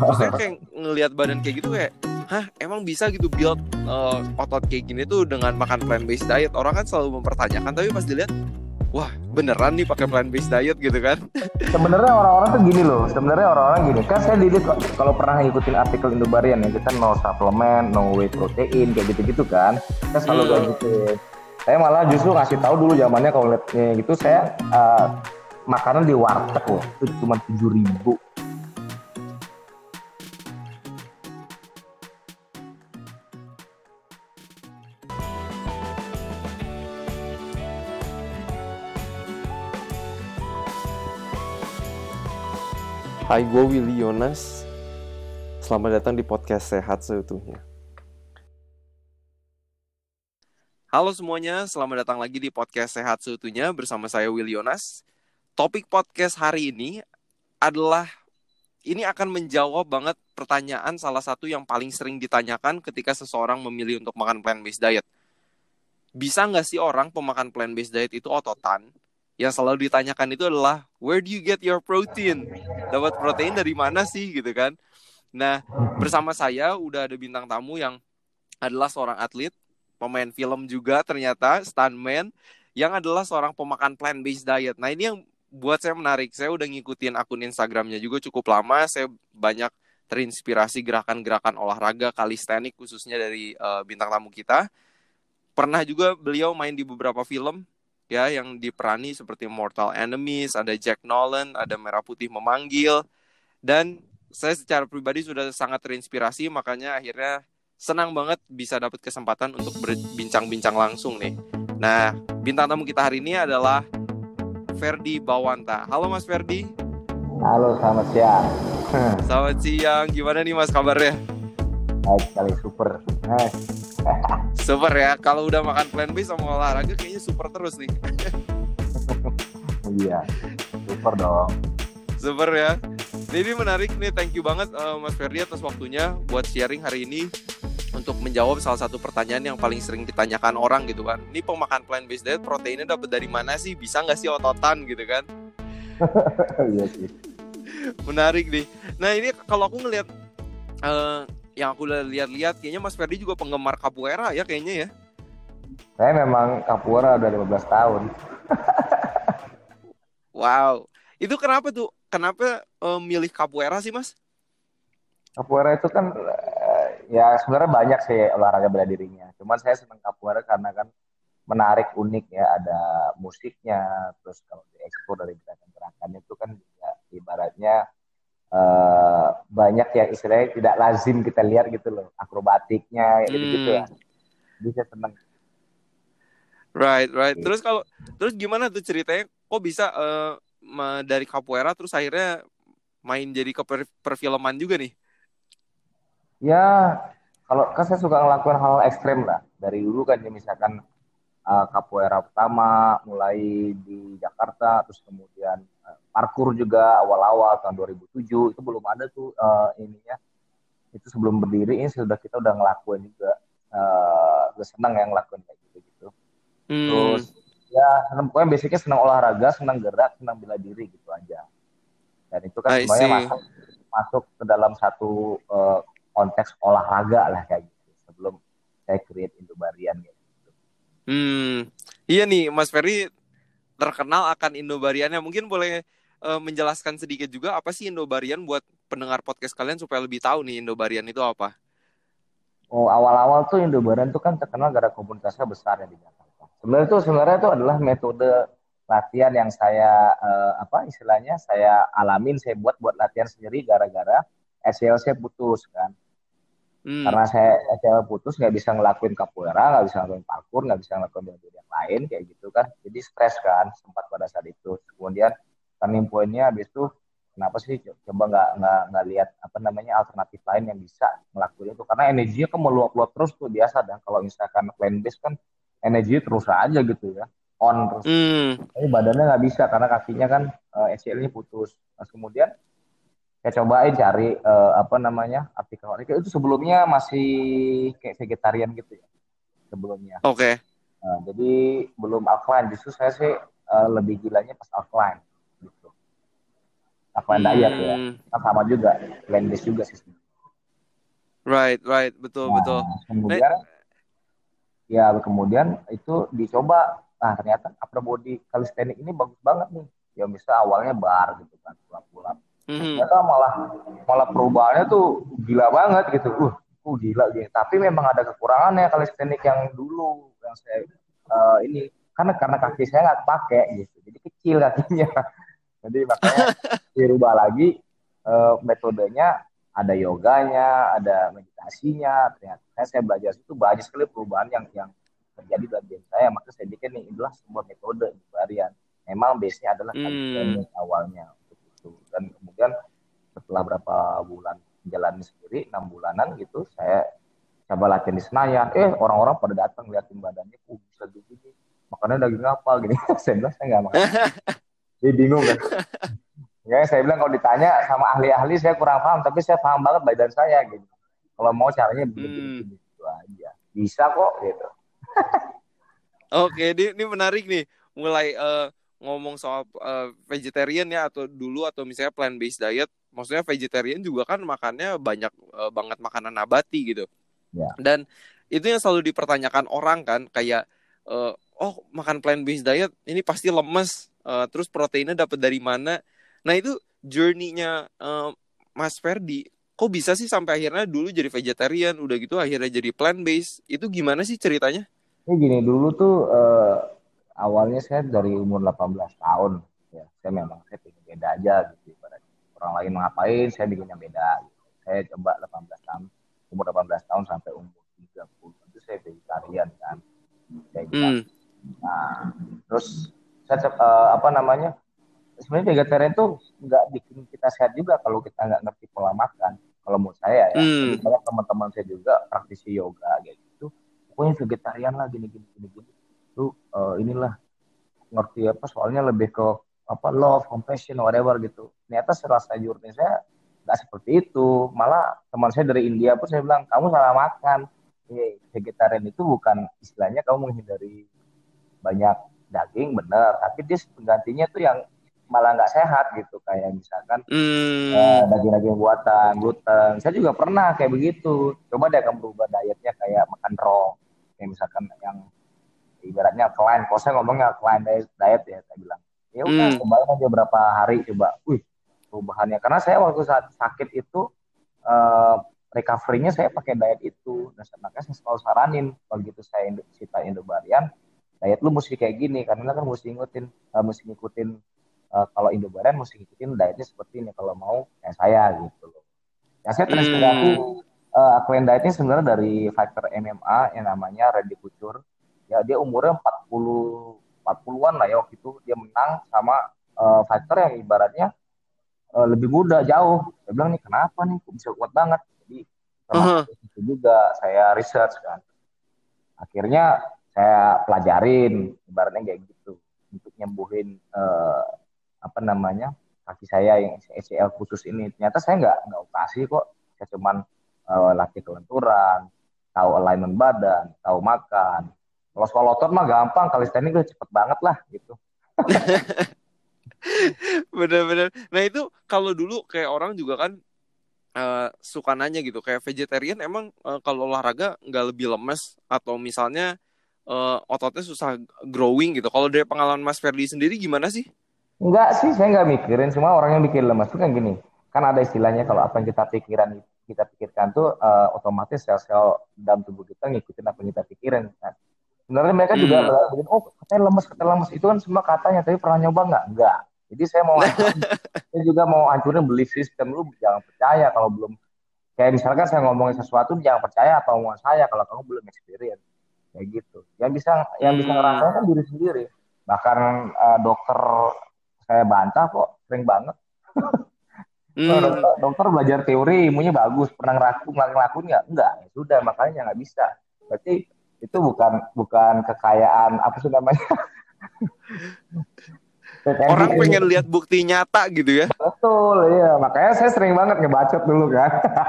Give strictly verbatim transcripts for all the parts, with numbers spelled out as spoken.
Terus saya kayak ngelihat badan kayak gitu kayak, hah emang bisa gitu build uh, otot kayak gini tuh dengan makan plant based diet? Orang kan selalu mempertanyakan, tapi pas dilihat, wah beneran nih pakai plant based diet gitu kan? Sebenarnya orang-orang tuh gini loh, sebenarnya orang-orang gini. Kan saya dilihat kalau pernah ngikutin artikel Indobarian ya, kita no suplemen, no whey protein kayak gitu-gitu kan. Saya selalu kayak Hmm. gitu. Saya malah justru ngasih tahu dulu zamannya kalau lihatnya gitu saya uh, makanan di warteg loh, itu cuma tujuh ribu. Hai, gue Willy Yonas. Selamat datang di podcast Sehat Seutuhnya. Halo semuanya, selamat datang lagi di podcast Sehat Seutuhnya bersama saya Willy Yonas. Topik podcast hari ini adalah, ini akan menjawab banget pertanyaan salah satu yang paling sering ditanyakan ketika seseorang memilih untuk makan plant-based diet. Bisa nggak sih orang pemakan plant-based diet itu ototan? Yang selalu ditanyakan itu adalah, where do you get your protein? Dapat protein dari mana sih gitu kan? Nah, bersama saya udah ada bintang tamu yang adalah seorang atlet, pemain film juga ternyata, stuntman, yang adalah seorang pemakan plant-based diet. Nah, ini yang buat saya menarik. Saya udah ngikutin akun Instagramnya juga cukup lama. Saya banyak terinspirasi gerakan-gerakan olahraga calisthenics khususnya dari uh, bintang tamu kita. Pernah juga beliau main di beberapa film ya yang diperani seperti Mortal Enemies, ada Jack Nolan, ada Merah Putih Memanggil, dan saya secara pribadi sudah sangat terinspirasi, makanya akhirnya senang banget bisa dapat kesempatan untuk berbincang-bincang langsung nih. Nah, bintang tamu kita hari ini adalah Ferdi Bawanta. Halo Mas Ferdi. Halo, selamat siang. Selamat siang, gimana nih Mas kabarnya? Baik sekali, super. Eh. Super ya, kalau udah makan plant-based sama olahraga kayaknya super terus nih. Iya, super dong. Super ya. Ini menarik nih, thank you banget uh, Mas Ferdi atas waktunya buat sharing hari ini untuk menjawab salah satu pertanyaan yang paling sering ditanyakan orang gitu kan. Ini pemakan plant-based diet proteinnya dapat dari mana sih? Bisa nggak sih ototan gitu kan? Iya sih. Menarik nih. Nah ini kalau aku ngelihat uh, yang aku lihat-lihat kayaknya Mas Ferdi juga penggemar capoeira ya kayaknya ya. Saya memang capoeira udah lima belas tahun. Wow. Itu kenapa tuh? Kenapa uh, milih capoeira sih Mas? Capoeira itu kan uh, ya sebenarnya banyak sih olahraga bela dirinya. Cuman saya senang capoeira karena kan menarik, unik ya, ada musiknya, terus kalau diekspor dari gerakan-gerakannya itu kan juga ibaratnya Uh, banyak yang istilahnya tidak lazim kita lihat gitu loh, akrobatiknya kayak gitu-gitu ya. Jadi saya senang. Right, right. Terus kalau terus gimana tuh ceritanya? Kok bisa uh, dari capoeira terus akhirnya main jadi ke per- perfilman juga nih? Ya, kalau kan saya suka ngelakuin hal ekstrem lah. Dari dulu kan ya misalkan uh, capoeira pertama mulai di Jakarta, terus kemudian uh, parkour juga awal-awal tahun dua ribu tujuh itu belum ada tuh uh, ininya. Itu sebelum berdiri ini sudah kita udah ngelakuin juga. Uh, udah senang ya ngelakuin kayak gitu-gitu. Hmm. Terus ya senang, pokoknya basicnya senang olahraga, senang gerak, senang bela diri gitu aja. Dan itu kan I semuanya see. masuk masuk ke dalam satu uh, konteks olahraga lah kayak gitu. Sebelum saya create Indobarian gitu. Hmm. Iya nih, Mas Ferry terkenal akan Indobariannya. Mungkin boleh uh, menjelaskan sedikit juga apa sih Indobarian buat pendengar podcast kalian supaya lebih tahu nih Indobarian itu apa? Oh, awal-awal tuh Indobarian tuh kan terkenal gara komunitasnya besar ya di Jakarta. Sebenarnya itu sebenarnya itu adalah metode latihan yang saya eh, apa istilahnya saya alamin, saya buat buat latihan sendiri gara-gara S E L saya putus kan. Hmm. Karena saya S E L putus nggak bisa ngelakuin capoeira, nggak bisa ngelakuin parkour, nggak bisa ngelakuin bela diri yang lain kayak gitu kan. Jadi stres kan sempat pada saat itu. Kemudian turning point-nya habis itu kenapa sih coba nggak nggak nggak lihat apa namanya alternatif lain yang bisa ngelakuin itu karena energinya kan meluap-luap terus tuh biasa dan kalau misalkan plant based kan energinya terus aja gitu ya on terus Hmm. tapi badannya nggak bisa karena kakinya kan uh, S E L-nya putus. Terus kemudian saya cobain cari uh, apa namanya artikel-artikel itu sebelumnya masih kayak vegetarian gitu ya sebelumnya. Oke. Okay. Nah, jadi belum alkaline justru saya sih uh, lebih gilanya pas alkaline gitu. Aquarian Hmm. diet ya. Kan sama juga, plant based juga sih. Right, right, betul, Nah, betul. kemudian Nah, ya kemudian itu dicoba. Nah, ternyata upper body calisthenics ini bagus banget nih. Ya misal awalnya bar gitu kan, pulang-pulang. mhm. Ternyata malah malah perubahannya tuh gila banget gitu. Uh, uh gila gitu. Tapi memang ada kekurangannya calisthenics yang dulu yang saya eh, ini karena karena kaki saya nggak pakai gitu. Jadi kecil kakinya. Jadi makanya dirubah lagi eh, metodenya, ada yoganya, ada meditasinya. Ternyata saya, saya belajar itu banyak sekali perubahan yang yang terjadi dalam diri saya. Maka saya pikir nih inilah sebuah metode varian. Memang base-nya adalah Hmm. calisthenics awalnya untuk itu. Dan kemudian setelah berapa bulan menjalani sendiri, enam bulanan gitu, saya coba latihan di Senayan. Eh orang-orang pada datang liatin badannya, uh bisa begini. Makannya daging apa gini. Saya bilang saya nggak makan. Jadi bingung kan. Ya, saya bilang kalau ditanya sama ahli-ahli saya kurang paham, tapi saya paham banget badan saya gitu. Kalau mau caranya Hmm. begini-begini gitu aja. Bisa kok gitu. Oke, ini, ini menarik nih. Mulai eh, ngomong soal eh, vegetarian ya atau dulu atau misalnya plant based diet. Maksudnya vegetarian juga kan makannya banyak eh, banget makanan nabati gitu. Ya. Dan itu yang selalu dipertanyakan orang kan kayak eh, oh makan plant based diet ini pasti lemes. Eh, terus proteinnya dapat dari mana? Nah, itu journey-nya eh, Mas Ferdi kok bisa sih sampai akhirnya dulu jadi vegetarian, udah gitu akhirnya jadi plant based. Itu gimana sih ceritanya? Ini gini dulu tuh eh, awalnya saya dari umur delapan belas tahun ya. Saya memang saya pengen beda aja gitu. Ibaratnya. Orang lain ngapain, saya bikinnya beda. Gitu. Saya coba delapan belas tahun, umur delapan belas tahun sampai umur tiga puluh itu saya vegetarian kan. Saya bilang. Hmm. Nah, terus saya eh, apa namanya? Sebenarnya vegetarian itu nggak bikin kita sehat juga kalau kita nggak ngerti pola makan. Kalau menurut saya ya, tapi Hmm. banyak teman-teman saya juga praktisi yoga gitu. Pokoknya vegetarian lah gini gini gini gini. Lu uh, inilah ngerti apa soalnya lebih ke apa love, compassion, whatever gitu. Ternyata serasa jurni saya nggak seperti itu. Malah teman saya dari India pun saya bilang kamu salah makan. Eh, vegetarian itu bukan istilahnya kamu menghindari banyak daging bener, tapi dia penggantinya tuh yang malah nggak sehat gitu kayak misalkan eh, Hmm. daging-daging buatan, gluten. Saya juga pernah kayak begitu. Coba deh kamu berubah dietnya kayak makan raw, kayak misalkan yang ibaratnya clean. Kalau saya ngomongnya clean diet, diet ya, saya bilang. Ya udah, Hmm. cobain aja berapa hari coba. Wih, perubahannya. Karena saya waktu saat sakit itu eh, recovery-nya saya pakai diet itu. Dan makanya saya selalu saranin begitu saya Indo, Sita Indobarian, diet lu mesti kayak gini karena kan mesti ngikutin uh, mesti ngikutin uh, kalau Indobarian mesti ngikutin dietnya seperti ini kalau mau kayak saya gitu loh. Ya saya terinspirasi Hmm. uh, Aquarian dietnya sebenarnya dari fighter M M A yang namanya Randy Couture. Ya dia umurnya empat puluh empat puluhan lah ya waktu itu dia menang sama uh, fighter yang ibaratnya uh, lebih muda jauh. Saya bilang nih kenapa nih kok bisa kuat banget. Jadi termasuk Uh-huh. itu juga saya research kan. Akhirnya saya pelajarin ibaratnya kayak gitu untuk nyembuhin eh, apa namanya kaki saya yang A C L khusus ini. Ternyata saya nggak nggak operasi kok. Saya cuman eh, latih kelenturan, tahu alignment badan, tahu makan. Kalau soal otot mah gampang, kalisthenik udah cepet banget lah gitu. Bener-bener. Nah, itu kalau dulu kayak orang juga kan eh, suka nanya gitu kayak vegetarian emang eh, kalau olahraga nggak lebih lemes atau misalnya eh, ototnya susah growing gitu. Kalau dari pengalaman Mas Ferdi sendiri gimana sih? Enggak sih, saya nggak mikirin. Semua orang yang bikin lemas itu kan gini. Kan ada istilahnya kalau apa yang kita pikiran kita pikirkan tuh eh, otomatis sel-sel dalam tubuh kita ngikutin apa yang kita pikirin. Kan. Sebenarnya mereka juga Hmm. bikin, oh katanya lemes, katanya lemes. Itu kan semua katanya, tapi pernah nyoba nggak? Enggak. Jadi saya mau hancurin, saya juga mau hancurin belief system. Lu jangan percaya kalau belum, kayak misalkan saya ngomongin sesuatu, jangan percaya apa omongan saya kalau kamu belum experience. Kayak gitu. Yang bisa yang bisa Hmm. ngerasain kan diri sendiri. Bahkan eh, dokter saya bantah kok, sering banget. Oh, Hmm. dokter, dokter belajar teori, ilmunya bagus, pernah ngelakuin ngelakuin nggak? Enggak, ya sudah makanya nggak bisa. Berarti itu bukan bukan kekayaan apa sih namanya? Potensi Orang pengen lihat bukti nyata gitu ya. betul, iya. Makanya saya sering banget ngebacot dulu kan.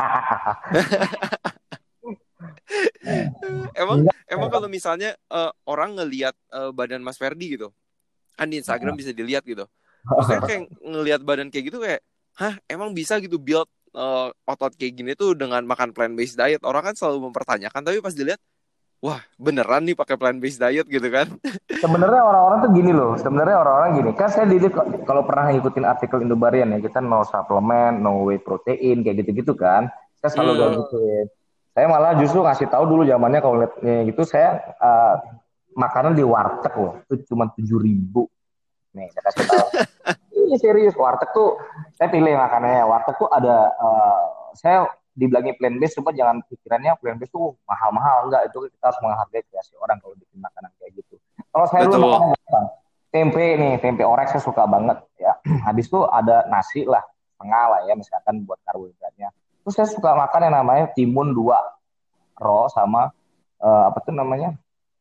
Emang Enggak, emang kalau misalnya eh, orang ngelihat eh, badan Mas Ferdi gitu, kan di Instagram bisa dilihat gitu. Maksudnya kayak ngelihat badan kayak gitu kayak hah emang bisa gitu build uh, otot kayak gini tuh dengan makan plant based diet? Orang kan selalu mempertanyakan, tapi pas dilihat, wah beneran nih pakai plant based diet gitu kan? Sebenarnya orang-orang tuh gini loh, sebenarnya orang-orang gini. Kan saya dulu kalau pernah ngikutin artikel Indobarian ya, kita no suplemen, no whey protein, kayak gitu-gitu kan. Saya selalu gak Hmm. gituin. Saya malah justru ngasih tahu dulu zamannya kalau lihatnya gitu, saya uh, makanan di warteg loh, itu cuma tujuh ribu. Nih, saya kasih tahu. Ini serius, warteg tuh, saya pilih makanannya. Warteg tuh ada, uh, saya dibilangin plant based, cuma jangan pikirannya plant based tuh mahal-mahal. Enggak, itu kita harus menghargai kreasi orang kalau bikin makanan kayak gitu. Kalau saya dulu Betul. makan apa? Tempe nih, tempe orek saya suka banget ya. Habis itu ada nasi lah, tengah lah ya, misalkan buat karbohidratnya. Terus saya suka makan yang namanya timun dua raw sama eh, apa tuh namanya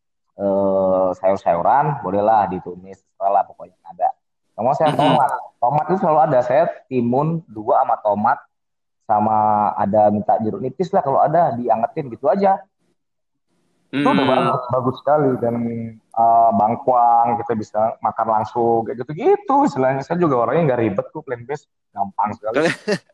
eh, sayur-sayuran, bolehlah ditumis, setelah pokoknya ada. Sama saya Mhm. tomat, tomat itu selalu ada. Saya timun dua sama tomat, sama ada minta jeruk nipis lah kalau ada diangetin gitu aja. Itu udah Hmm. bagus, bagus sekali dan uh, bangkuang kita bisa makan langsung kayak gitu-gitu. Istilahnya saya juga orangnya nggak ribet kok plant based, gampang sekali.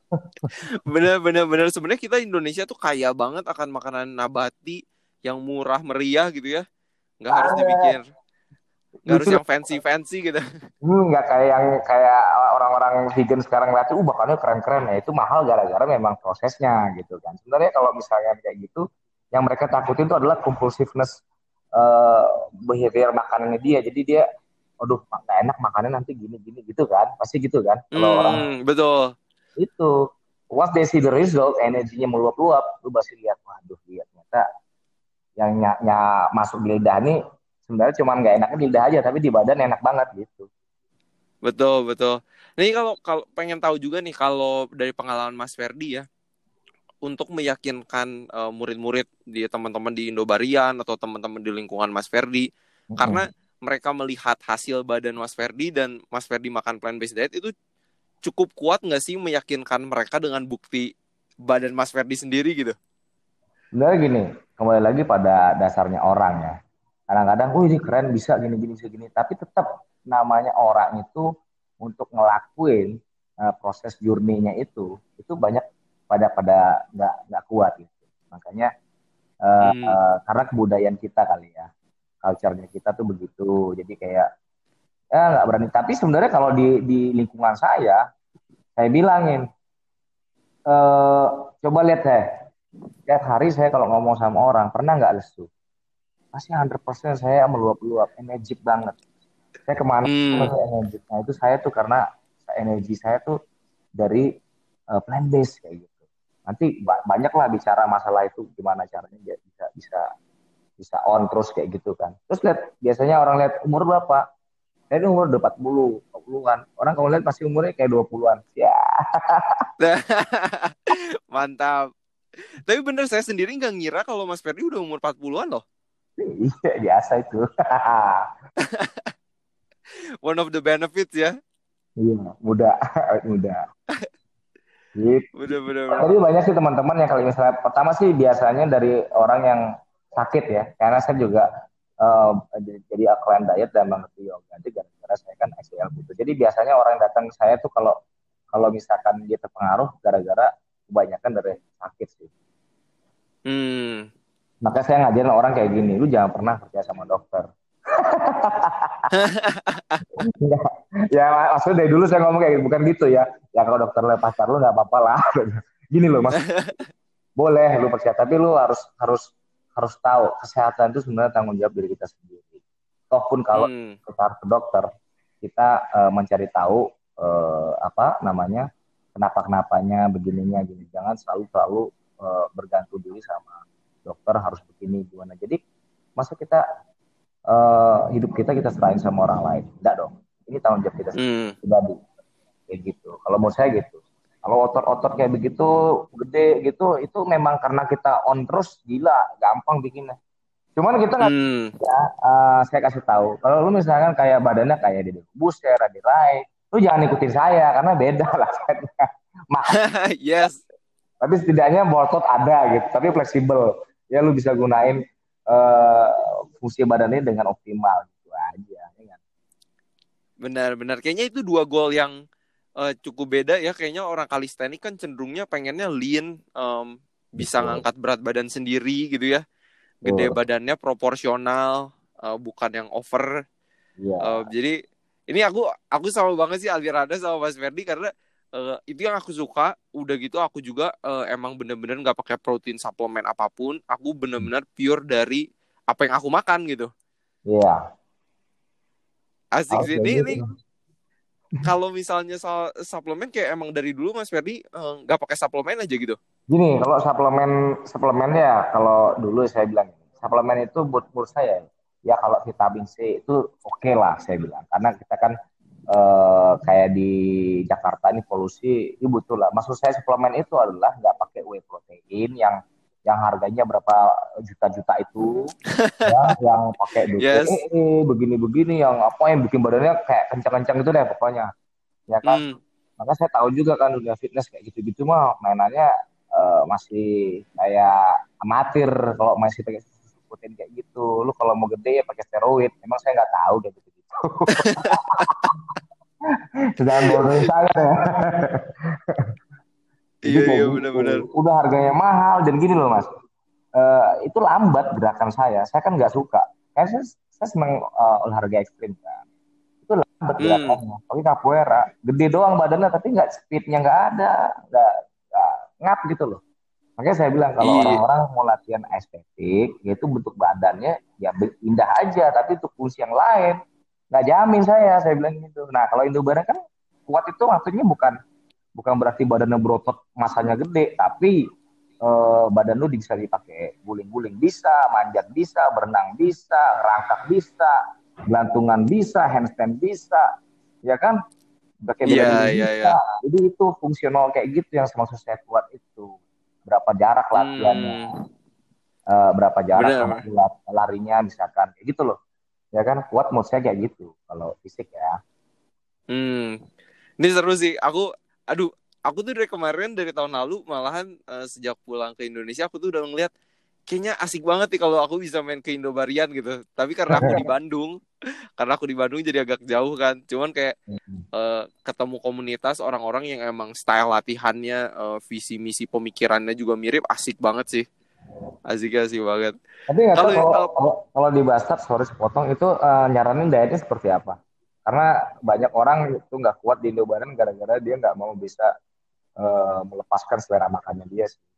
Bener-bener bener sebenarnya kita Indonesia tuh kaya banget akan makanan nabati yang murah meriah gitu ya. Nggak harus Banyak. dipikir, nggak harus Lucu yang fancy fancy gitu. Hmm, nggak kayak yang kayak orang-orang vegan sekarang lihat uh bakalnya keren-keren ya itu mahal gara-gara memang prosesnya gitu kan. Sebenarnya kalau misalnya kayak gitu, yang mereka takutin itu adalah compulsiveness eh, behavior makanannya dia. Jadi dia, aduh nggak enak makannya nanti gini-gini gitu kan, pasti gitu kan. Kalau orang Hmm, betul. itu, once they see the result, energinya meluap-luap, lu pasti lihat, waduh lihat ternyata yang ny- ny- masuk di lidah nih sebenarnya cuma nggak enaknya di lidah aja, tapi di badan enak banget gitu. Betul, betul. Nih kalau kalau pengen tahu juga nih kalau dari pengalaman Mas Ferdi ya, untuk meyakinkan uh, murid-murid di teman-teman di Indobarian atau teman-teman di lingkungan Mas Ferdi, karena Mm-mm. mereka melihat hasil badan Mas Ferdi dan Mas Ferdi makan plant-based diet itu cukup kuat nggak sih meyakinkan mereka dengan bukti badan Mas Ferdi sendiri gitu? Sebenarnya gini, kembali lagi pada dasarnya orang ya. Kadang-kadang, oh ini keren bisa gini-gini bisa gini. Tapi tetap namanya orang itu untuk ngelakuin uh, proses journey-nya itu, itu banyak pada pada nggak nggak kuat gitu. Makanya uh, Hmm. uh, karena kebudayaan kita kali ya, culture-nya kita tuh begitu. Jadi kayak ya nggak berani. Tapi sebenarnya kalau di di lingkungan saya, saya bilangin, eh coba lihat saya, tiap hari saya kalau ngomong sama orang pernah nggak lesu? Pasti seratus persen saya meluap-luap, energik banget. Saya kemana Hmm. saya energik. Nah itu saya tuh karena energi saya tuh dari uh, plant based kayak gitu. Nanti ba- banyak lah bicara masalah itu gimana caranya dia bisa bisa bisa on terus kayak gitu kan. Terus lihat biasanya orang lihat umur berapa? Saya ini umur udah empat puluh, empat puluhan. Orang kalau lihat pasti umurnya kayak dua puluhan. Ya, Mantap. Tapi bener saya sendiri nggak ngira kalau Mas Ferdi udah umur empat puluhan-an loh. iya biasa itu. One of the benefits ya. Iya, muda, muda. Gitu. Bener-bener. Tapi banyak sih teman-teman yang kalau misalnya pertama sih biasanya dari orang yang sakit ya, karena saya juga eh, jadi aklen diet dan mengerti yoga. Jadi gara-gara saya kan S D L gitu. Jadi biasanya orang yang datang ke saya tuh kalau kalau misalkan dia terpengaruh gara-gara kebanyakan dari sakit sih. Hmm. Maka saya ngajarin orang kayak gini, lu jangan pernah percaya sama dokter. Enggak. Ya maksudnya dari dulu saya ngomong kayak gitu, bukan gitu ya. Ya kalau dokter lihat pacar lu nggak apa-apa lah. Gini loh mas, boleh lu percaya, tapi lu harus harus harus tahu kesehatan itu sebenarnya tanggung jawab diri kita sendiri. Toh pun kalau Hmm. kita harus ke dokter, kita uh, mencari tahu uh, apa namanya kenapa kenapanya begininya gini. Jangan selalu selalu uh, bergantung diri sama dokter harus begini gimana. Jadi masa kita uh, hidup kita kita serahin sama orang lain? Enggak dong. Ini tanggung jawab kita Hmm. pribadi kayak gitu. Kalau mau saya gitu. Kalau otot-otot kayak begitu gede gitu, itu memang karena kita on terus gila, gampang bikinnya. Cuman kita nggak Hmm. ya, uh, saya kasih tahu. Kalau lu misalkan kayak badannya kayak di Buster, di Rai, lu jangan ikutin saya karena beda lah. Maaf, Yes. tapi setidaknya berotot ada gitu, tapi fleksibel. Ya lu bisa gunain uh, fungsi badan ini dengan optimal gitu aja. Ya kan? Benar-benar. Kayaknya itu dua goal yang uh, cukup beda ya. Kayaknya orang kalistenik kan cenderungnya pengennya lean, um, bisa Betul. ngangkat berat badan sendiri gitu ya. Gede Betul. badannya proporsional, uh, bukan yang over. Iya. Uh, jadi ini aku aku sama banget sih Alvirada sama Mas Ferdi karena uh, itu yang aku suka. Udah gitu aku juga uh, emang bener-bener nggak pakai protein suplemen apapun. Aku bener-bener pure dari apa yang aku makan gitu. Iya. Asik Harus sih kayak ini, gitu. ini kalau misalnya soal suplemen kayak emang dari dulu Mas Ferdi uh, nggak pakai suplemen aja gitu. Gini, kalau suplemen suplemen ya kalau dulu saya bilang suplemen itu buat menurut saya ya kalau vitamin C itu oke lah saya bilang karena kita kan eh, kayak di Jakarta ini polusi itu butuh lah. Maksud saya suplemen itu adalah nggak pakai whey protein yang yang harganya berapa juta-juta itu ya yang pakai Yes. B C A A begini-begini yang apa yang bikin badannya kayak kencang-kencang itu deh pokoknya ya kan. Hmm. Maka saya tahu juga kan dunia fitness kayak gitu-gitu mah mainannya eh, masih kayak amatir kalau masih pakai susu protein kayak gitu. Lu kalau mau gede ya pakai steroid. Emang saya nggak tahu kayak gitu-gitu. Sedang bodoh saya ya. Jadi Iya kayak iya gitu. benar-benar. Udah harganya mahal dan gini loh mas. Eh, itu lambat gerakan saya. Saya kan nggak suka. Kayak saya, saya senang eh, olahraga ekstrim kan. Itu lambat Hmm. gerakannya. Tapi capoeira gede doang badannya tapi nggak speednya nggak ada, nggak nggak ngap gitu loh. Makanya saya bilang kalau Iya. orang-orang mau latihan estetik, yaitu bentuk badannya ya indah aja, tapi untuk fungsi yang lain nggak jamin saya. Saya bilang gitu. Nah kalau Indo Barat kan kuat itu maksudnya bukan bukan berarti badannya berotot masanya gede, tapi eh, badan lu bisa dipakai guling-guling bisa, manjat bisa, berenang bisa, rangkak bisa, gelantungan bisa, handstand bisa, ya kan? Pakai bela Iya diri iya iya. bisa. Jadi itu fungsional kayak gitu yang maksud saya kuat itu. Berapa jarak latihannya, Hmm. eh, berapa jarak Benar. larinya misalkan, kayak gitu loh. Ya kan kuat menurut saya kayak gitu kalau fisik ya. Hmm. Ini seru sih. Aku, aduh, aku tuh dari kemarin dari tahun lalu malahan uh, sejak pulang ke Indonesia aku tuh udah ngeliat kayaknya asik banget nih kalau aku bisa main ke Indobarian gitu. Tapi karena aku di Bandung, karena aku di Bandung jadi agak jauh kan. Cuman kayak uh, ketemu komunitas orang-orang yang emang style latihannya, uh, visi misi pemikirannya juga mirip, asik banget sih. Asik asik banget. Tapi nggak tahu Kalau kalau kalau kalau, kalau di Bastard, sorry sepotong itu eh, nyaranin dietnya seperti apa? Karena banyak orang itu nggak kuat di Indobaran gara-gara dia nggak mau bisa eh, melepaskan selera makannya dia sih.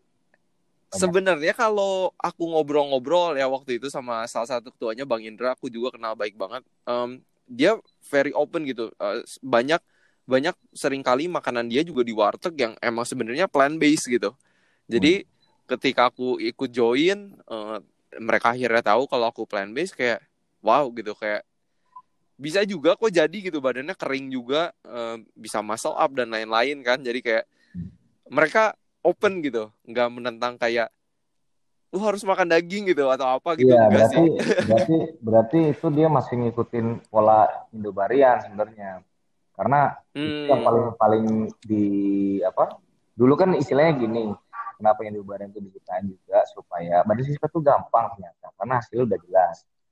Banyak. sebenarnya kalau aku ngobrol-ngobrol ya waktu itu sama salah satu ketuanya Bang Indra, aku juga kenal baik banget. Um, dia very open gitu. Uh, banyak banyak sering kali makanan dia juga di warteg yang emang sebenarnya plant based gitu. Hmm. Jadi ketika aku ikut join, uh, mereka akhirnya tahu kalau aku plant based kayak wow gitu, kayak bisa juga kok jadi gitu, badannya kering juga, uh, bisa muscle up dan lain-lain kan. Jadi kayak mereka open gitu, nggak menentang kayak lu harus makan daging gitu atau apa gitu, Iya, enggak berarti sih. berarti berarti itu dia masih ngikutin pola Indobarian sebenarnya. Karena itu yang Hmm. paling paling di apa? Dulu kan istilahnya gini, kenapa Indobarian itu diciptain juga supaya badan siswa itu gampang ternyata, karena hasilnya udah jelas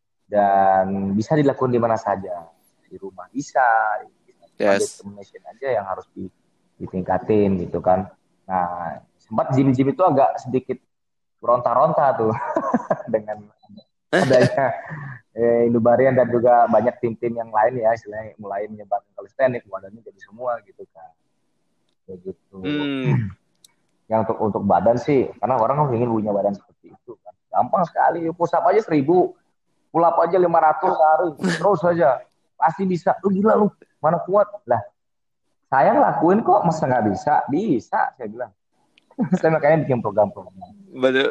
dan bisa dilakukan di mana saja, di rumah bisa, cuma Yes. determination aja yang harus di, ditingkatin gitu kan. Nah, sempat gym-gym itu agak sedikit ronta-ronta tuh dengan adanya eh, Indobarian dan juga banyak tim-tim yang lain ya istilahnya mulai menyebarkan kalistenik badannya jadi semua gitu kan kayak gitu. Hmm. Yang untuk untuk badan sih karena orang kan ingin punya badan seperti itu kan gampang sekali push up aja seribu pull up aja lima ratus sehari terus aja pasti bisa. Lu gila lu mana kuat lah, saya ngelakuin kok masa nggak bisa, bisa saya bilang. Saya makanya bikin program-program. Bener,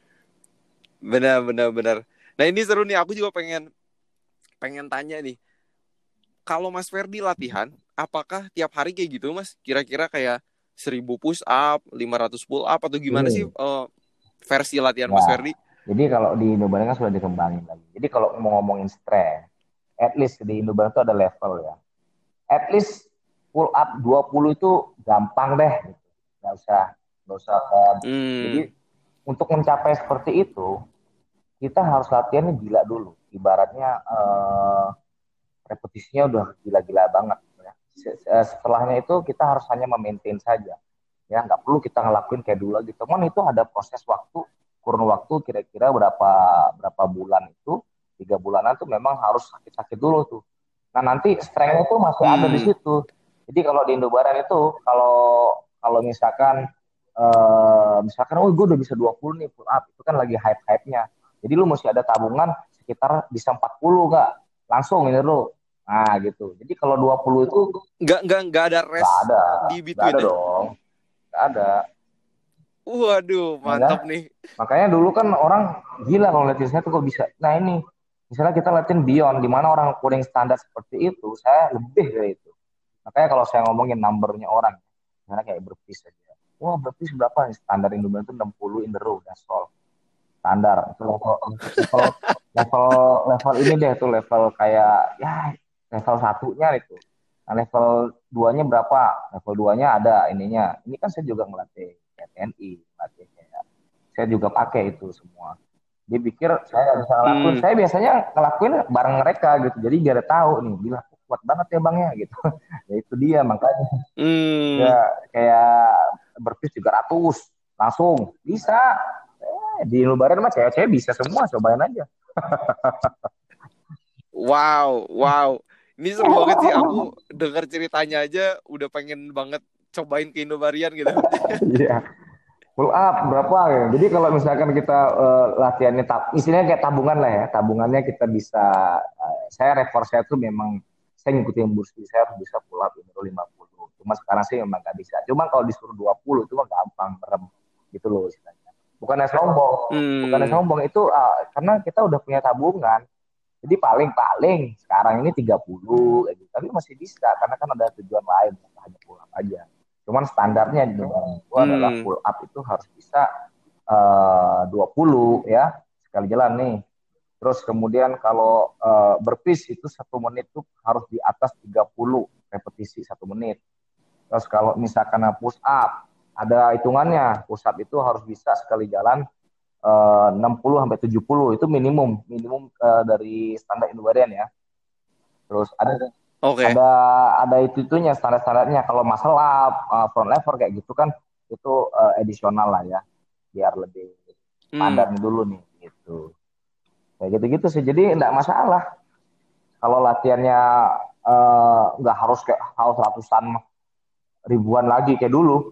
bener, bener, bener. Nah ini seru nih, aku juga pengen pengen tanya nih, kalau Mas Ferdi latihan, apakah tiap hari kayak gitu Mas? Kira-kira kayak seribu push up, lima ratus pull up atau gimana sih Ini uh, versi latihan ya, Mas Ferdi? jadi kalau di Indobaran kan sudah dikembangin lagi. Jadi kalau mau ngomongin strength, at least di Indobaran itu ada level ya. At least pull up dua puluh itu gampang deh. Gitu. Nggak usah, nggak usah kayak. Jadi Hmm. untuk mencapai seperti itu, kita harus latihannya gila dulu. Ibaratnya eh, repetisinya udah gila-gila banget. Ya. setelahnya itu kita harus hanya memaintain saja. Ya, nggak perlu kita ngelakuin kayak dulu lagi. Cuman itu ada proses waktu, kurun waktu kira-kira berapa berapa bulan itu, tiga bulanan tuh memang harus sakit-sakit dulu tuh. Nah nanti strength-nya itu masih ada di Hmm. situ. Jadi kalau di Indobaran itu, kalau kalau misalkan eh, misalkan, oh gue udah bisa dua puluh nih pull up, itu kan lagi hype-hype-nya. Jadi lu mesti ada tabungan sekitar bisa empat puluh nggak? Langsung ini lu. Nah gitu. Jadi kalau dua puluh itu Nggak nggak nggak ada nggak rest ada, di nggak between ada ya? dong, nggak ada. Waduh, Ya kan? mantap nih. Makanya dulu kan orang gila kalau latihan saya tuh kok bisa. Nah ini, misalnya kita latihan beyond, di mana orang coding standar seperti itu, saya lebih dari itu. Makanya kalau saya ngomongin numbernya orang, misalnya kayak berpis aja. Wah berpis berapa nih? Standar Indonesia itu enam puluh in the row, that's all. Standar. Itu level, level, level, level ini deh, tuh level kayak, ya level satunya itu. Nah level duanya berapa? Level duanya ada ininya. Ini kan saya juga ngelatih T N I, ngelatih kayak saya juga pakai itu semua. Dia pikir saya nggak bisa ngelakuin. Hmm. Saya biasanya ngelakuin bareng mereka gitu. Jadi biar tahu nih, bilang kuat banget ya bang ya gitu. Ya itu dia makanya. Ya Hmm. kayak berpis tiga ratus langsung bisa. Eh, di Lebaran mah cewek-cewek bisa semua, cobain aja. Wow, wow. Ini seru banget sih. Aku dengar ceritanya aja udah pengen banget cobain ke Indobarian gitu. Iya. Pull up berapa ya? Jadi kalau misalkan kita eh, latihannya tab, istilahnya kayak tabungan lah ya. Tabungannya kita bisa, eh, saya rekor saya tuh memang saya ngikutin Bruce Lee, saya harus bisa pull up itu lima puluh. Cuma sekarang sih memang nggak bisa. Cuma kalau disuruh dua puluh itu mah gampang merem gitu loh istilahnya. Bukannya sombong, bukannya Hmm. sombong itu ah, karena kita udah punya tabungan. Jadi paling-paling sekarang ini tiga puluh kayak gitu. Tapi masih bisa karena kan ada tujuan lain, bukan hanya pull up aja. Cuman standarnya di negara itu adalah Hmm. pull up itu harus bisa eh, dua puluh ya sekali jalan nih. Terus kemudian kalau eh, berpis itu satu menit tuh harus di atas tiga puluh repetisi satu menit. Terus kalau misalkan push up ada hitungannya, push up itu harus bisa sekali jalan eh, enam puluh sampai tujuh puluh itu minimum minimum eh, dari standar Indobarian ya. Terus ada Oke. ada ada itu itunya standar-standarnya. Kalau muscle up, uh, front lever kayak gitu kan itu uh, additional lah ya, biar lebih Hmm. padan dulu nih gitu. Kayak gitu-gitu sih. Jadi enggak masalah kalau latihannya uh, nggak harus kayak harus ratusan ribuan lagi kayak dulu.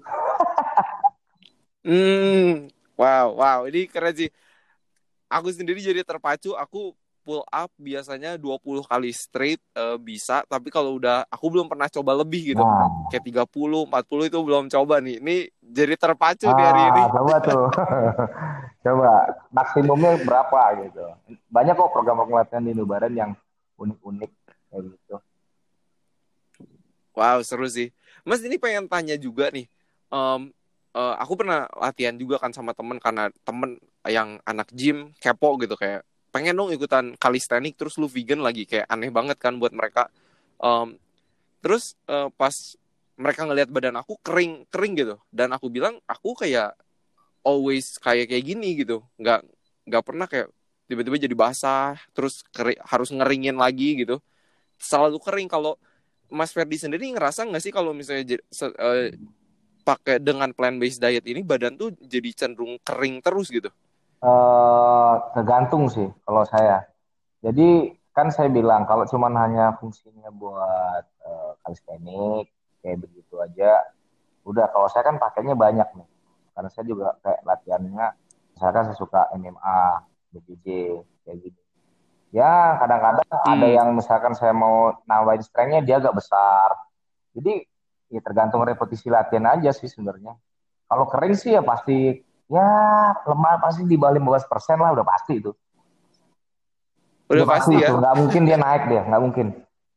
Hmm. Wow, wow. Ini keren sih. Aku sendiri jadi terpacu. Aku pull up biasanya dua puluh kali straight eh, bisa. Tapi kalau udah, aku belum pernah coba lebih gitu. Nah, Kayak tiga puluh, empat puluh itu belum coba nih. Ini jadi terpacu nih hari ini. ah coba tuh, coba maksimumnya berapa gitu. Banyak kok program latihan di Indobaran yang unik-unik kayak gitu. Wow, seru sih. Mas, ini pengen tanya juga nih. Em, eh, aku pernah latihan juga kan sama temen, karena temen yang anak gym kepo gitu, kayak pengen dong ikutan calisthenics, terus lu vegan lagi, kayak aneh banget kan buat mereka. Em, terus eh, pas mereka ngelihat badan aku kering kering gitu, dan aku bilang aku kayak always kayak kayak gini gitu, nggak nggak pernah kayak tiba-tiba jadi basah, terus keri- harus ngeringin lagi gitu, selalu kering. Kalau Mas Ferdi sendiri ngerasa nggak sih kalau misalnya j- se- eh, pakai dengan plant based diet ini badan tuh jadi cenderung kering terus gitu? Eh, tergantung sih kalau saya. Jadi kan saya bilang kalau cuman hanya fungsinya buat eh, kalistenik kayak begitu aja, udah kalau saya kan pakainya banyak nih. Karena saya juga kayak latihannya, misalkan saya suka M M A, B J J kayak gitu. Ya kadang-kadang ada Hmm. yang misalkan saya mau nambahin strength-nya dia agak besar. Jadi ya tergantung repetisi latihan aja sih sebenarnya. Kalau kering sih ya pasti ya lemah pasti di bawah lima belas persen lah udah pasti itu. Udah Udah pasti pasti itu, ya. nggak mungkin dia naik dia, nggak mungkin.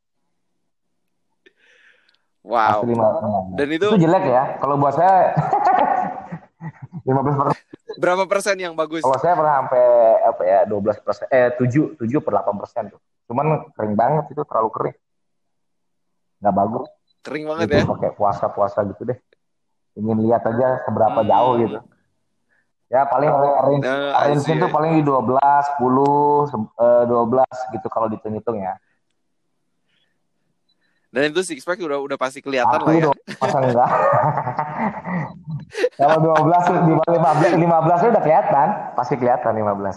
Pasti Wow. lima. Dan Itu itu jelek ya. Kalau buat saya lima belas persen. berapa persen yang Kalau bagus? saya pernah sampai apa ya dua belas persen, eh tujuh tujuh per delapan persen tuh. Cuman kering banget itu terlalu kering, nggak bagus. Kering banget Itu ya. pakai puasa-puasa gitu deh. Ingin lihat aja seberapa jauh gitu. Hmm. Ya paling range Nah, I range itu see. paling di dua belas, sepuluh, eh, dua belas gitu kalau dihitung-hitung ya. Dan itu six pack udah udah pasti kelihatan Aku lah ya. dong, masa enggak? Kalau dua belas di lima belas lima belas udah kelihatan, pasti kelihatan lima belas.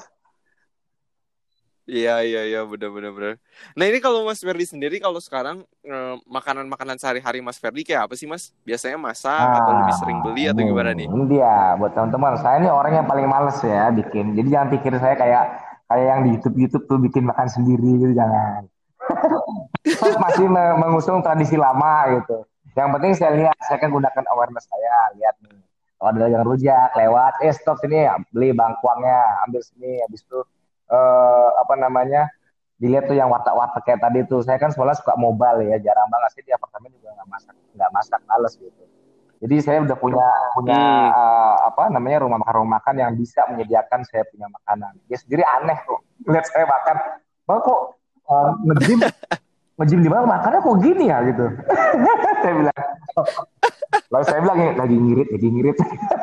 Iya iya iya benar-benar benar. Nah ini kalau Mas Ferdi sendiri kalau sekarang eh, makanan-makanan sehari-hari Mas Ferdi kayak apa sih Mas? Biasanya masak atau lebih sering Nah, beli atau ini, gimana nih? ini dia buat teman-teman. Saya ini orang yang paling males ya bikin. Jadi jangan pikir saya kayak kayak yang di YouTube YouTube tuh bikin makan sendiri gitu, jangan. Saya masih me- mengusung tradisi lama gitu. Yang penting saya lihat, saya kan gunakan awareness saya, lihat nih. Kalau ada yang rujak lewat, eh stop sini, beli bangkuangnya, ambil sini, habis itu eh, apa namanya, dilihat tuh yang warteg-warteg kayak tadi tuh. Saya kan soalnya suka mobile ya, jarang banget sih di apartemen juga nggak masak, nggak masak, males gitu. Jadi saya udah punya punya Hmm. eh, apa namanya rumah makan rumah makan yang bisa menyediakan saya punya makanan. Dia sendiri aneh tuh, lihat saya makan, bang kok eh, nge-gym nge-gym di mana makannya kok gini ya gitu. Saya bilang, lalu saya bilang lagi ngirit, lagi ngirit.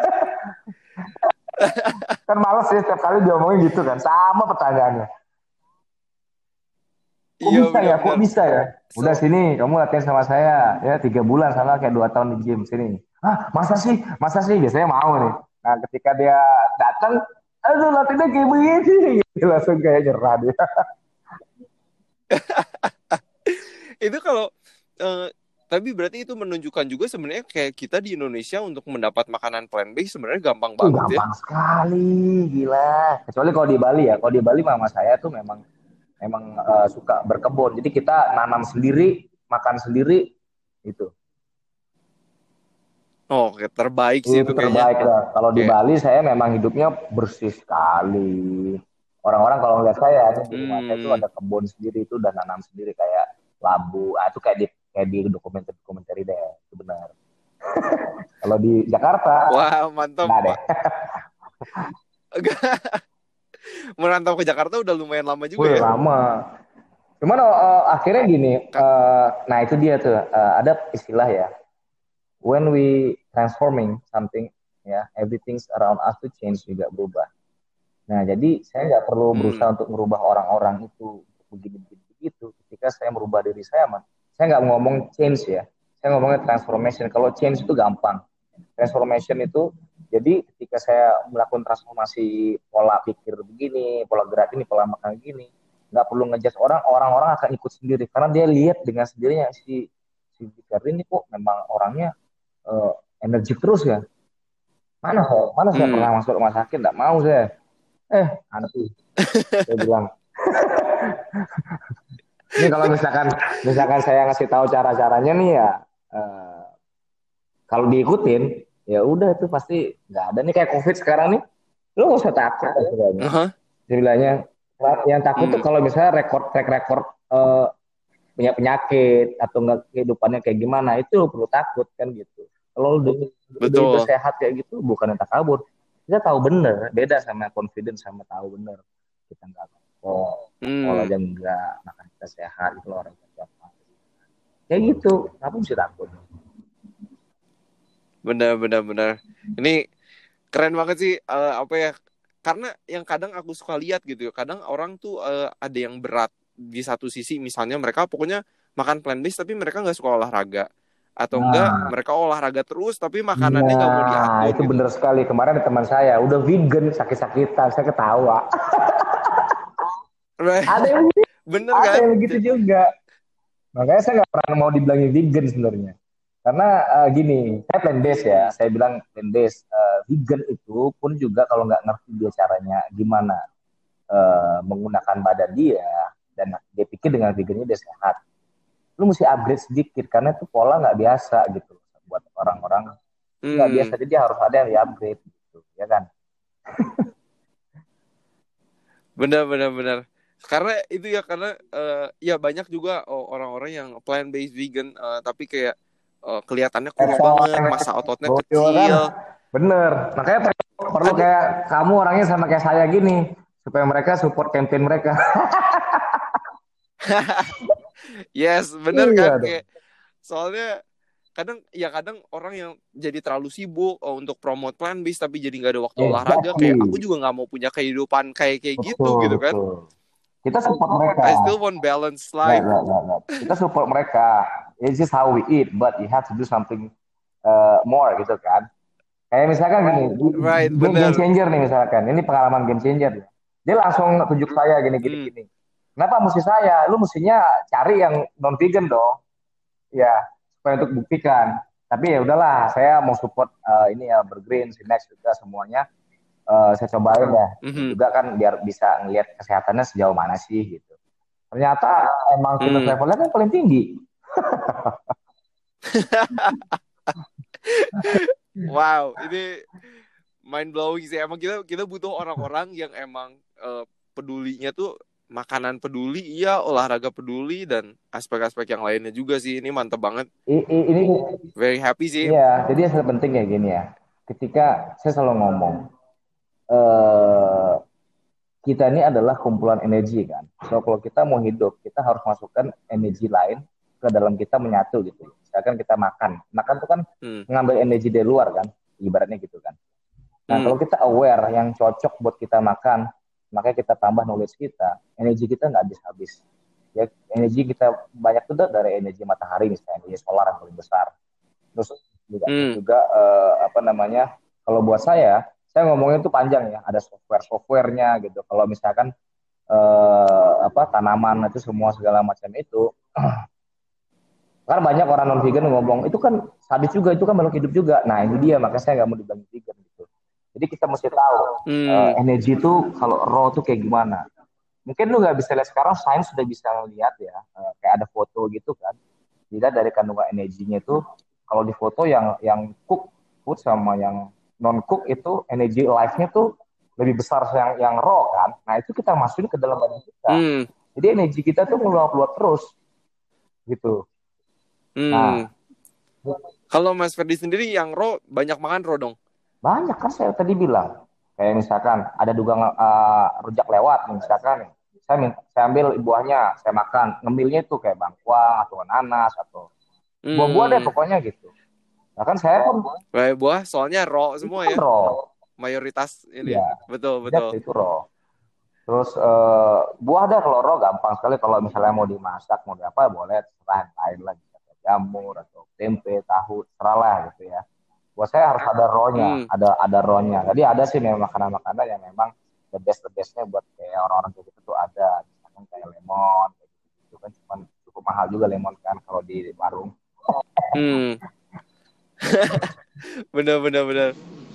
Kan males ya setiap kali diomongin gitu kan, sama pertanyaannya. Kok Iya bisa ya? Kok benar-benar. bisa ya? Udah So, sini, kamu latihan sama saya ya tiga bulan sama kayak dua tahun di gym sini. Ah masa sih? Masa sih? Biasanya mau nih. Nah ketika dia datang, aduh latihannya kayak begini, gitu. Langsung kayak nyerah dia. itu kalau eh, tapi berarti itu menunjukkan juga sebenarnya kayak kita di Indonesia untuk mendapat makanan plant based sebenarnya gampang Uh, banget ya. gampang sekali, gila. Kecuali kalau di Bali ya. Kalau di Bali mama saya tuh memang memang eh, suka berkebun. Jadi kita nanam sendiri, makan sendiri, itu. Oh, kayak terbaik sih Itu itu kayaknya. terbaik lah. Kalau di Kayak Bali saya memang hidupnya bersih sekali. Orang-orang kalau ngeliat saya ini di rumah saya itu hmm. ada kebun sendiri itu dan nanam sendiri kayak labu. Ah, itu kayak di kayak di dokumenter-dokumenter deh, itu benar. Kalau di Jakarta Wah, mantap, enggak deh. Pak. Merantau ke Jakarta udah lumayan lama juga Wih, ya. lama. Cuman uh, akhirnya gini, Kak. uh, nah itu dia tuh uh, ada istilah ya. When we transforming something, ya, everything around us to change juga berubah. Nah, jadi saya nggak perlu Hmm. berusaha untuk merubah orang-orang itu begini-begini begitu. Ketika saya merubah diri saya, man, saya nggak ngomong change ya. Saya ngomongnya transformation. Kalau change itu gampang. Transformation itu, jadi ketika saya melakukan transformasi pola pikir begini, pola gerak ini, pola makan gini, nggak perlu ngejudge orang, orang-orang akan ikut sendiri. Karena dia lihat dengan sendirinya si si Fikri ini kok memang orangnya uh, energi terus ya. Mana saya, mana saya Hmm. pernah masuk rumah sakit, nggak mau saya. Eh, anti. Saya bilang, ini kalau misalkan misalkan saya ngasih tahu cara-caranya nih ya, eh, kalau diikutin, ya udah itu pasti nggak ada nih kayak COVID sekarang nih. Lu nggak usah takut sebenarnya. Uh-huh. Dia bilangnya, yang takut tuh Hmm. kalau misalnya rekor track record eh, punya penyakit atau nggak kehidupannya kayak gimana, itu lu perlu takut kan gitu. Kalau udah, udah, udah Betul. sehat kayak gitu, bukan yang takabur. Kita tahu bener, beda sama confidence sama tahu bener. Kita nggak oh, kalau Hmm. aja enggak, makan kita sehat itu orang siapa. Kayak gitu, kenapa mesti takut? Benar-benar benar. Ini keren banget sih eh, apa ya? Karena yang kadang aku suka lihat gitu ya. Kadang orang tuh eh, ada yang berat di satu sisi, misalnya mereka pokoknya makan plant based tapi mereka nggak suka olahraga, atau enggak Nah, mereka olahraga terus tapi makanannya nggak mau nah diatur itu gitu. bener sekali. Kemarin ada teman saya udah vegan sakit-sakitan, saya ketawa. Ada yang Bener ada kan? yang begitu juga. Makanya saya nggak pernah mau dibilangin vegan sebenarnya. Karena uh, gini, saya plant based ya. Hmm. Saya bilang plant based. Uh, vegan itu pun juga kalau nggak ngerti dia caranya gimana uh, menggunakan badan dia dan dia pikir dengan vegannya dia sehat. Lu mesti upgrade sedikit karena itu pola nggak biasa gitu buat orang-orang nggak Hmm. biasa. Jadi harus ada yang di-upgrade gitu, ya kan? Benar-benar benar. Karena itu ya karena eh, ya banyak juga oh, orang-orang yang plant based vegan eh, tapi kayak eh, kelihatannya kurus banget, massa ototnya Boyo kan? kecil. Bener. Makanya perlu, perlu Ada kayak kamu orangnya sama kayak saya gini supaya mereka support campaign mereka. yes, bener Iya kan dong. kayak soalnya kadang ya kadang orang yang jadi terlalu sibuk oh, untuk promote plant based tapi jadi nggak ada waktu olahraga, kayak aku Exactly. juga nggak mau punya kehidupan kayak kayak gitu Betul, gitu kan. betul. Kita support mereka. I still want balanced Nggak, life. nggak, nggak, nggak. Kita support mereka. it's just how we eat, but you have to do something uh, more gitu kan. Kayak misalkan gini, Right, game, game bener. changer nih misalkan, ini pengalaman game changer. Dia langsung tunjuk saya gini gini Hmm. gini. Kenapa mesti saya? Lu mestinya cari yang non vegan dong. Ya, supaya untuk buktikan. Tapi ya udahlah, saya mau support uh, ini ya Bergreen, Sinex juga semuanya. Uh, saya cobain ya. Mhm. Juga kan biar bisa ngelihat kesehatannya sejauh mana sih gitu. Ternyata emang fitness Hmm. levelnya kan paling tinggi. Wow, ini mind blowing sih. Emang kita kita butuh orang-orang yang emang uh, pedulinya tuh makanan peduli, iya, olahraga peduli, dan aspek-aspek yang lainnya juga sih. Ini mantep banget. I, i, ini Very happy sih. iya, jadi yang penting kayak gini ya. Ketika saya selalu ngomong, eh kita ini adalah kumpulan energi kan. So kalau kita mau hidup, kita harus masukkan energi lain ke dalam kita menyatu gitu. Misalkan kita makan, makan itu kan Hmm. ngambil energi dari luar kan, ibaratnya gitu kan. Nah Hmm. kalau kita aware yang cocok buat kita makan, makanya kita tambah knowledge kita, energi kita nggak habis-habis. Ya, energi kita banyak tuh dari energi matahari misalnya, energi solar yang paling besar. Terus juga, Hmm. juga eh, apa namanya? Kalau buat saya, saya ngomongnya itu panjang ya, ada software-softwarenya gitu. Kalau misalkan eh, apa tanaman itu semua segala macam itu, kan banyak orang non vegan ngomong itu kan sadis juga, itu kan makhluk hidup juga. Nah ini dia, makanya saya nggak mau dibilang vegan gitu. Jadi kita mesti tahu Hmm. eh, energi itu kalau raw tuh kayak gimana. Mungkin lu nggak bisa lihat sekarang, sains sudah bisa lihat ya, eh, kayak ada foto gitu kan. Dilihat dari kandungan energinya itu, kalau di foto yang yang cook food sama yang non cook itu energi life-nya tuh lebih besar yang yang raw kan. Nah itu kita masukin ke dalam badan kita. Hmm. Jadi energi kita tuh meluap-luap terus gitu. Hmm. Nah, Kalau Mas Ferdi sendiri yang raw, banyak makan raw dong? banyak kan saya tadi bilang. Kayak misalkan ada dugang uh, rujak lewat, misalkan saya minta, saya ambil buahnya, saya makan, ngemilnya itu kayak bangkuang atau nanas atau Hmm. buah-buah deh pokoknya gitu. Nah kan saya pun Kayak buah, soalnya raw itu semua kan ya. raw, Mayoritas ini. ya, Betul, rujak betul. itu raw. Terus uh, buah deh kalau raw gampang sekali, kalau misalnya mau dimasak mau diapa boleh terserah yang lain lagi, atau jamur atau tempe, tahu, terserah lah gitu ya. Buat saya harus ada raw-nya, Hmm. ada ada raw-nya. Jadi ada sih memang makanan-makanan yang memang the best the bestnya buat kayak orang-orang kayak gitu tuh ada, misalkan kayak lemon, kayak gitu, itu kan cuma cukup mahal juga lemon kan kalau di warung. Hmm. Bener, bener, bener.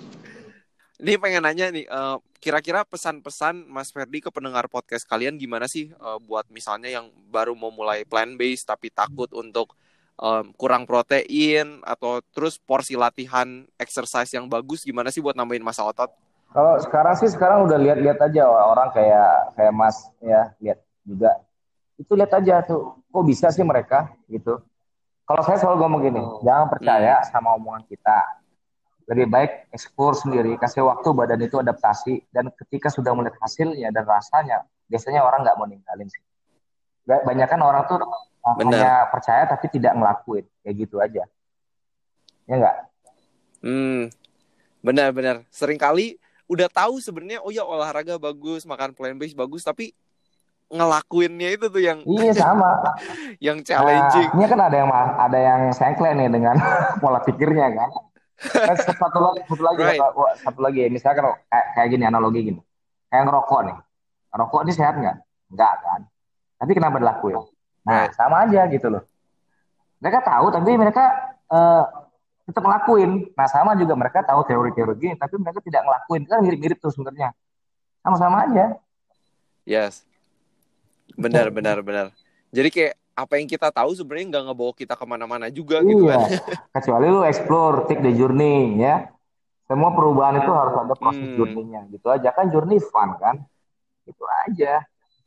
Ini pengen nanya nih, uh, kira-kira pesan-pesan Mas Ferdi ke pendengar podcast kalian gimana sih, uh, buat misalnya yang baru mau mulai plant based tapi takut untuk um, kurang protein, atau terus porsi latihan exercise yang bagus, gimana sih buat nambahin massa otot? Kalau sekarang sih sekarang udah lihat-lihat aja orang kayak kayak Mas ya, lihat juga. Itu lihat aja tuh, kok bisa sih mereka gitu. Kalau saya selalu ngomong gini, jangan percaya Hmm. sama omongan kita. Lebih baik explore sendiri, kasih waktu badan itu adaptasi, dan ketika sudah melihat hasilnya dan rasanya, biasanya orang nggak mau ninggalin sih. Banyak kan orang tuh uh, Bener. hanya percaya tapi tidak ngelakuin, kayak gitu aja. Ya nggak? Hmm. Benar-benar. Seringkali udah tahu sebenarnya, oh ya olahraga bagus, makan plant based bagus, tapi ngelakuinnya itu tuh yang Iya sama. yang Nah, challenging. ini kan ada yang ada yang sengkle nih dengan pola pikirnya kan. Nah, satu lagi, satu lagi, Right. satu, satu lagi. Misalkan kayak, kayak gini analogi gini, kayak ngerokok nih. Rokok ini sehat nggak? Nggak kan? Tapi kenapa dilakuin? Nah, Right. sama aja gitu loh. Mereka tahu, tapi mereka uh, tetap ngelakuin. Nah, sama juga mereka tahu teori-teori gini, tapi mereka tidak ngelakuin. Kan mirip-mirip tuh sebenarnya. Sama-sama aja. Yes. Benar, benar, benar. Jadi kayak apa yang kita tahu sebenarnya nggak ngebawa kita kemana-mana juga iya. gitu kan. Kecuali lu explore, take the journey ya. Semua perubahan itu harus ada proses Hmm. journey-nya. Gitu aja kan, journey fun kan. Itu aja.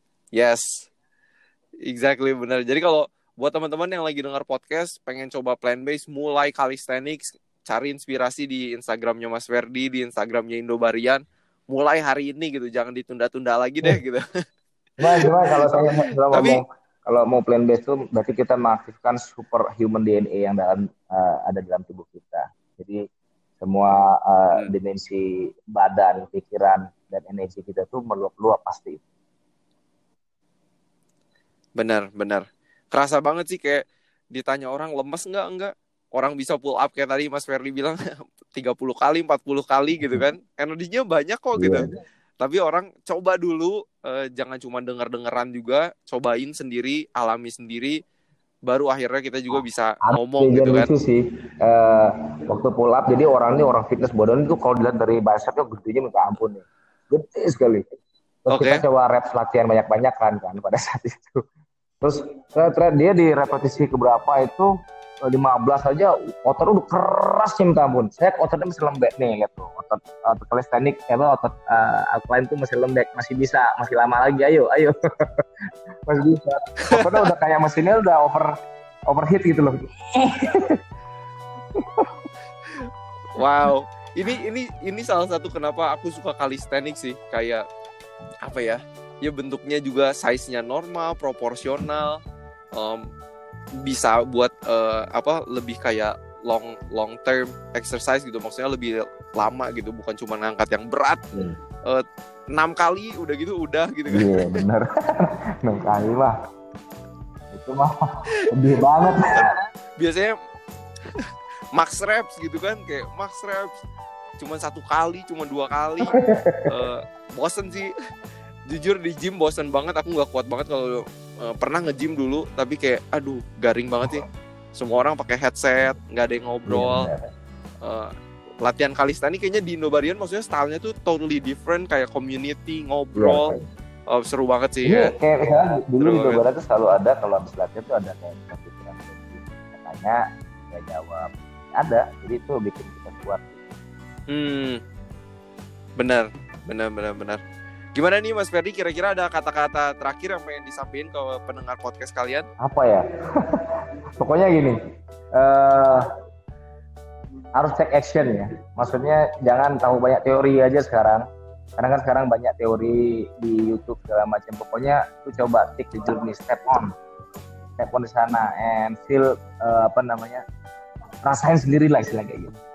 Yes. Exactly, benar. Jadi kalau buat teman-teman yang lagi dengar podcast, pengen coba plant based, mulai calisthenics, cari inspirasi di Instagramnya Mas Ferdi, di Instagramnya Indobarian, mulai hari ini gitu, jangan ditunda-tunda lagi deh gitu. Cuma, cuma kalau saya kalau Tapi ngomong kalau mau plant based itu berarti kita mengaktifkan super human D N A yang dalam uh, ada dalam tubuh kita. Jadi semua uh, hmm. dimensi badan, pikiran, dan energi kita tuh meluap-luap pasti. Benar, benar. Kerasa banget sih kayak ditanya orang lemes nggak, enggak. Orang bisa pull up kayak tadi Mas Ferdi bilang tiga puluh kali, empat puluh kali gitu kan. Energinya banyak kok gitu. Iya. Tapi orang coba dulu, eh, jangan cuma denger-dengeran juga, cobain sendiri, alami sendiri, baru akhirnya kita juga bisa Ada ngomong gitu kejadian kan. lucu sih. Eh, waktu pull up, jadi orang ini orang fitness badan itu kalau dilihat dari bicepnya gedenya minta ampun nih. Gede sekali. Terus Oke. kita coba reps latihan banyak-banyak kan kan pada saat itu. Terus ternyata dia di repetisi keberapa itu eh, lima belas aja otot udah keras minta ampun. Saya ototnya masih lembek nih lihat tuh. Otot otot kalistenik apa otot uh, outline tuh masih lembek, masih bisa, masih lama lagi. Ayo, ayo. Masih bisa. Ototnya udah kayak mesinnya udah over overheat gitu loh. Wow. Ini ini ini salah satu kenapa aku suka calisthenics sih. Kayak apa ya? Ya bentuknya juga size-nya normal, proporsional. Um, bisa buat uh, apa lebih kayak long long term exercise gitu, maksudnya lebih lama gitu, bukan cuma ngangkat yang berat Hmm. uh, enam kali udah gitu udah gitu kan. Iya yeah, bener. enam kali mah itu mah lebih banget. Biasanya max reps gitu kan, kayak max reps cuma satu kali, cuma dua kali. uh, bosen sih jujur, di gym bosen banget, aku nggak kuat banget kalau uh, pernah nge-gym dulu tapi kayak aduh garing banget sih, semua orang pakai headset, nggak ada yang ngobrol. Yeah, uh, latihan calisthenics kayaknya di Indobarian maksudnya stylenya tuh totally different, kayak community ngobrol. Yeah. Uh, seru banget sih. Ini ya. kayak misalnya dulu Seru di banget. Barat tuh selalu ada kalau habis latihan tuh ada kayak pikiran katanya nggak jawab, ada, jadi itu bikin kita kuat. Hmm, benar, benar, benar, benar. Gimana nih Mas Ferdi, kira-kira ada kata-kata terakhir yang pengen disampaikan ke pendengar podcast kalian? Apa ya? Pokoknya gini, uh, harus take action ya. Maksudnya jangan tahu banyak teori aja sekarang. Karena kan sekarang banyak teori di YouTube segala macam. Pokoknya lu coba take the journey, step on, step on di sana, and feel uh, apa namanya, rasain sendiri lah istilahnya kayak gitu.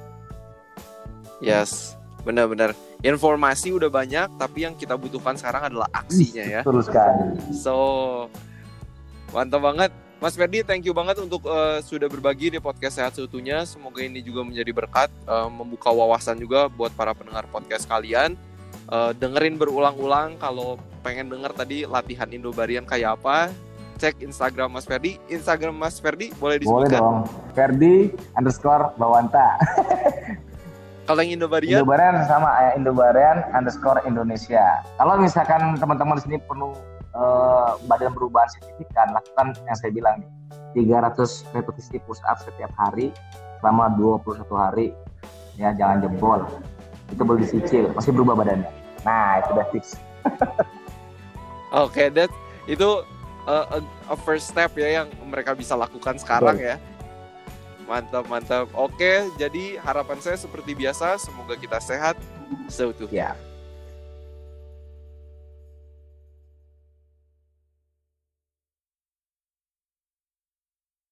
Yes, benar-benar. Informasi udah banyak, tapi yang kita butuhkan sekarang adalah aksinya ya. Betul sekali. So, mantap banget. Mas Ferdi, thank you banget untuk uh, sudah berbagi di podcast Sehat Seutuhnya. Semoga ini juga menjadi berkat, uh, membuka wawasan juga buat para pendengar podcast kalian. Uh, dengerin berulang-ulang, kalau pengen denger tadi latihan Indobarian kayak apa, cek Instagram Mas Ferdi. Instagram Mas Ferdi boleh disebutkan? Boleh dong. Ferdi underscore Bawanta. Kalau yang Indobarian? Indobarian sama ya, Indobarian underscore Indonesia. Kalau misalkan teman-teman di sini perlu uh, badan perubahan signifikan, lakukan yang saya bilang nih, tiga ratus repetisi push up setiap hari selama dua puluh satu hari. Ya, jangan jebol. Itu boleh dicicil, masih berubah badannya. Nah, itu udah tips. Oke, okay, that itu uh, a, a first step ya yang mereka bisa lakukan sekarang. Betul. Ya. Mantap, mantap. Oke, jadi harapan saya seperti biasa, semoga kita sehat seutuhnya. Ya.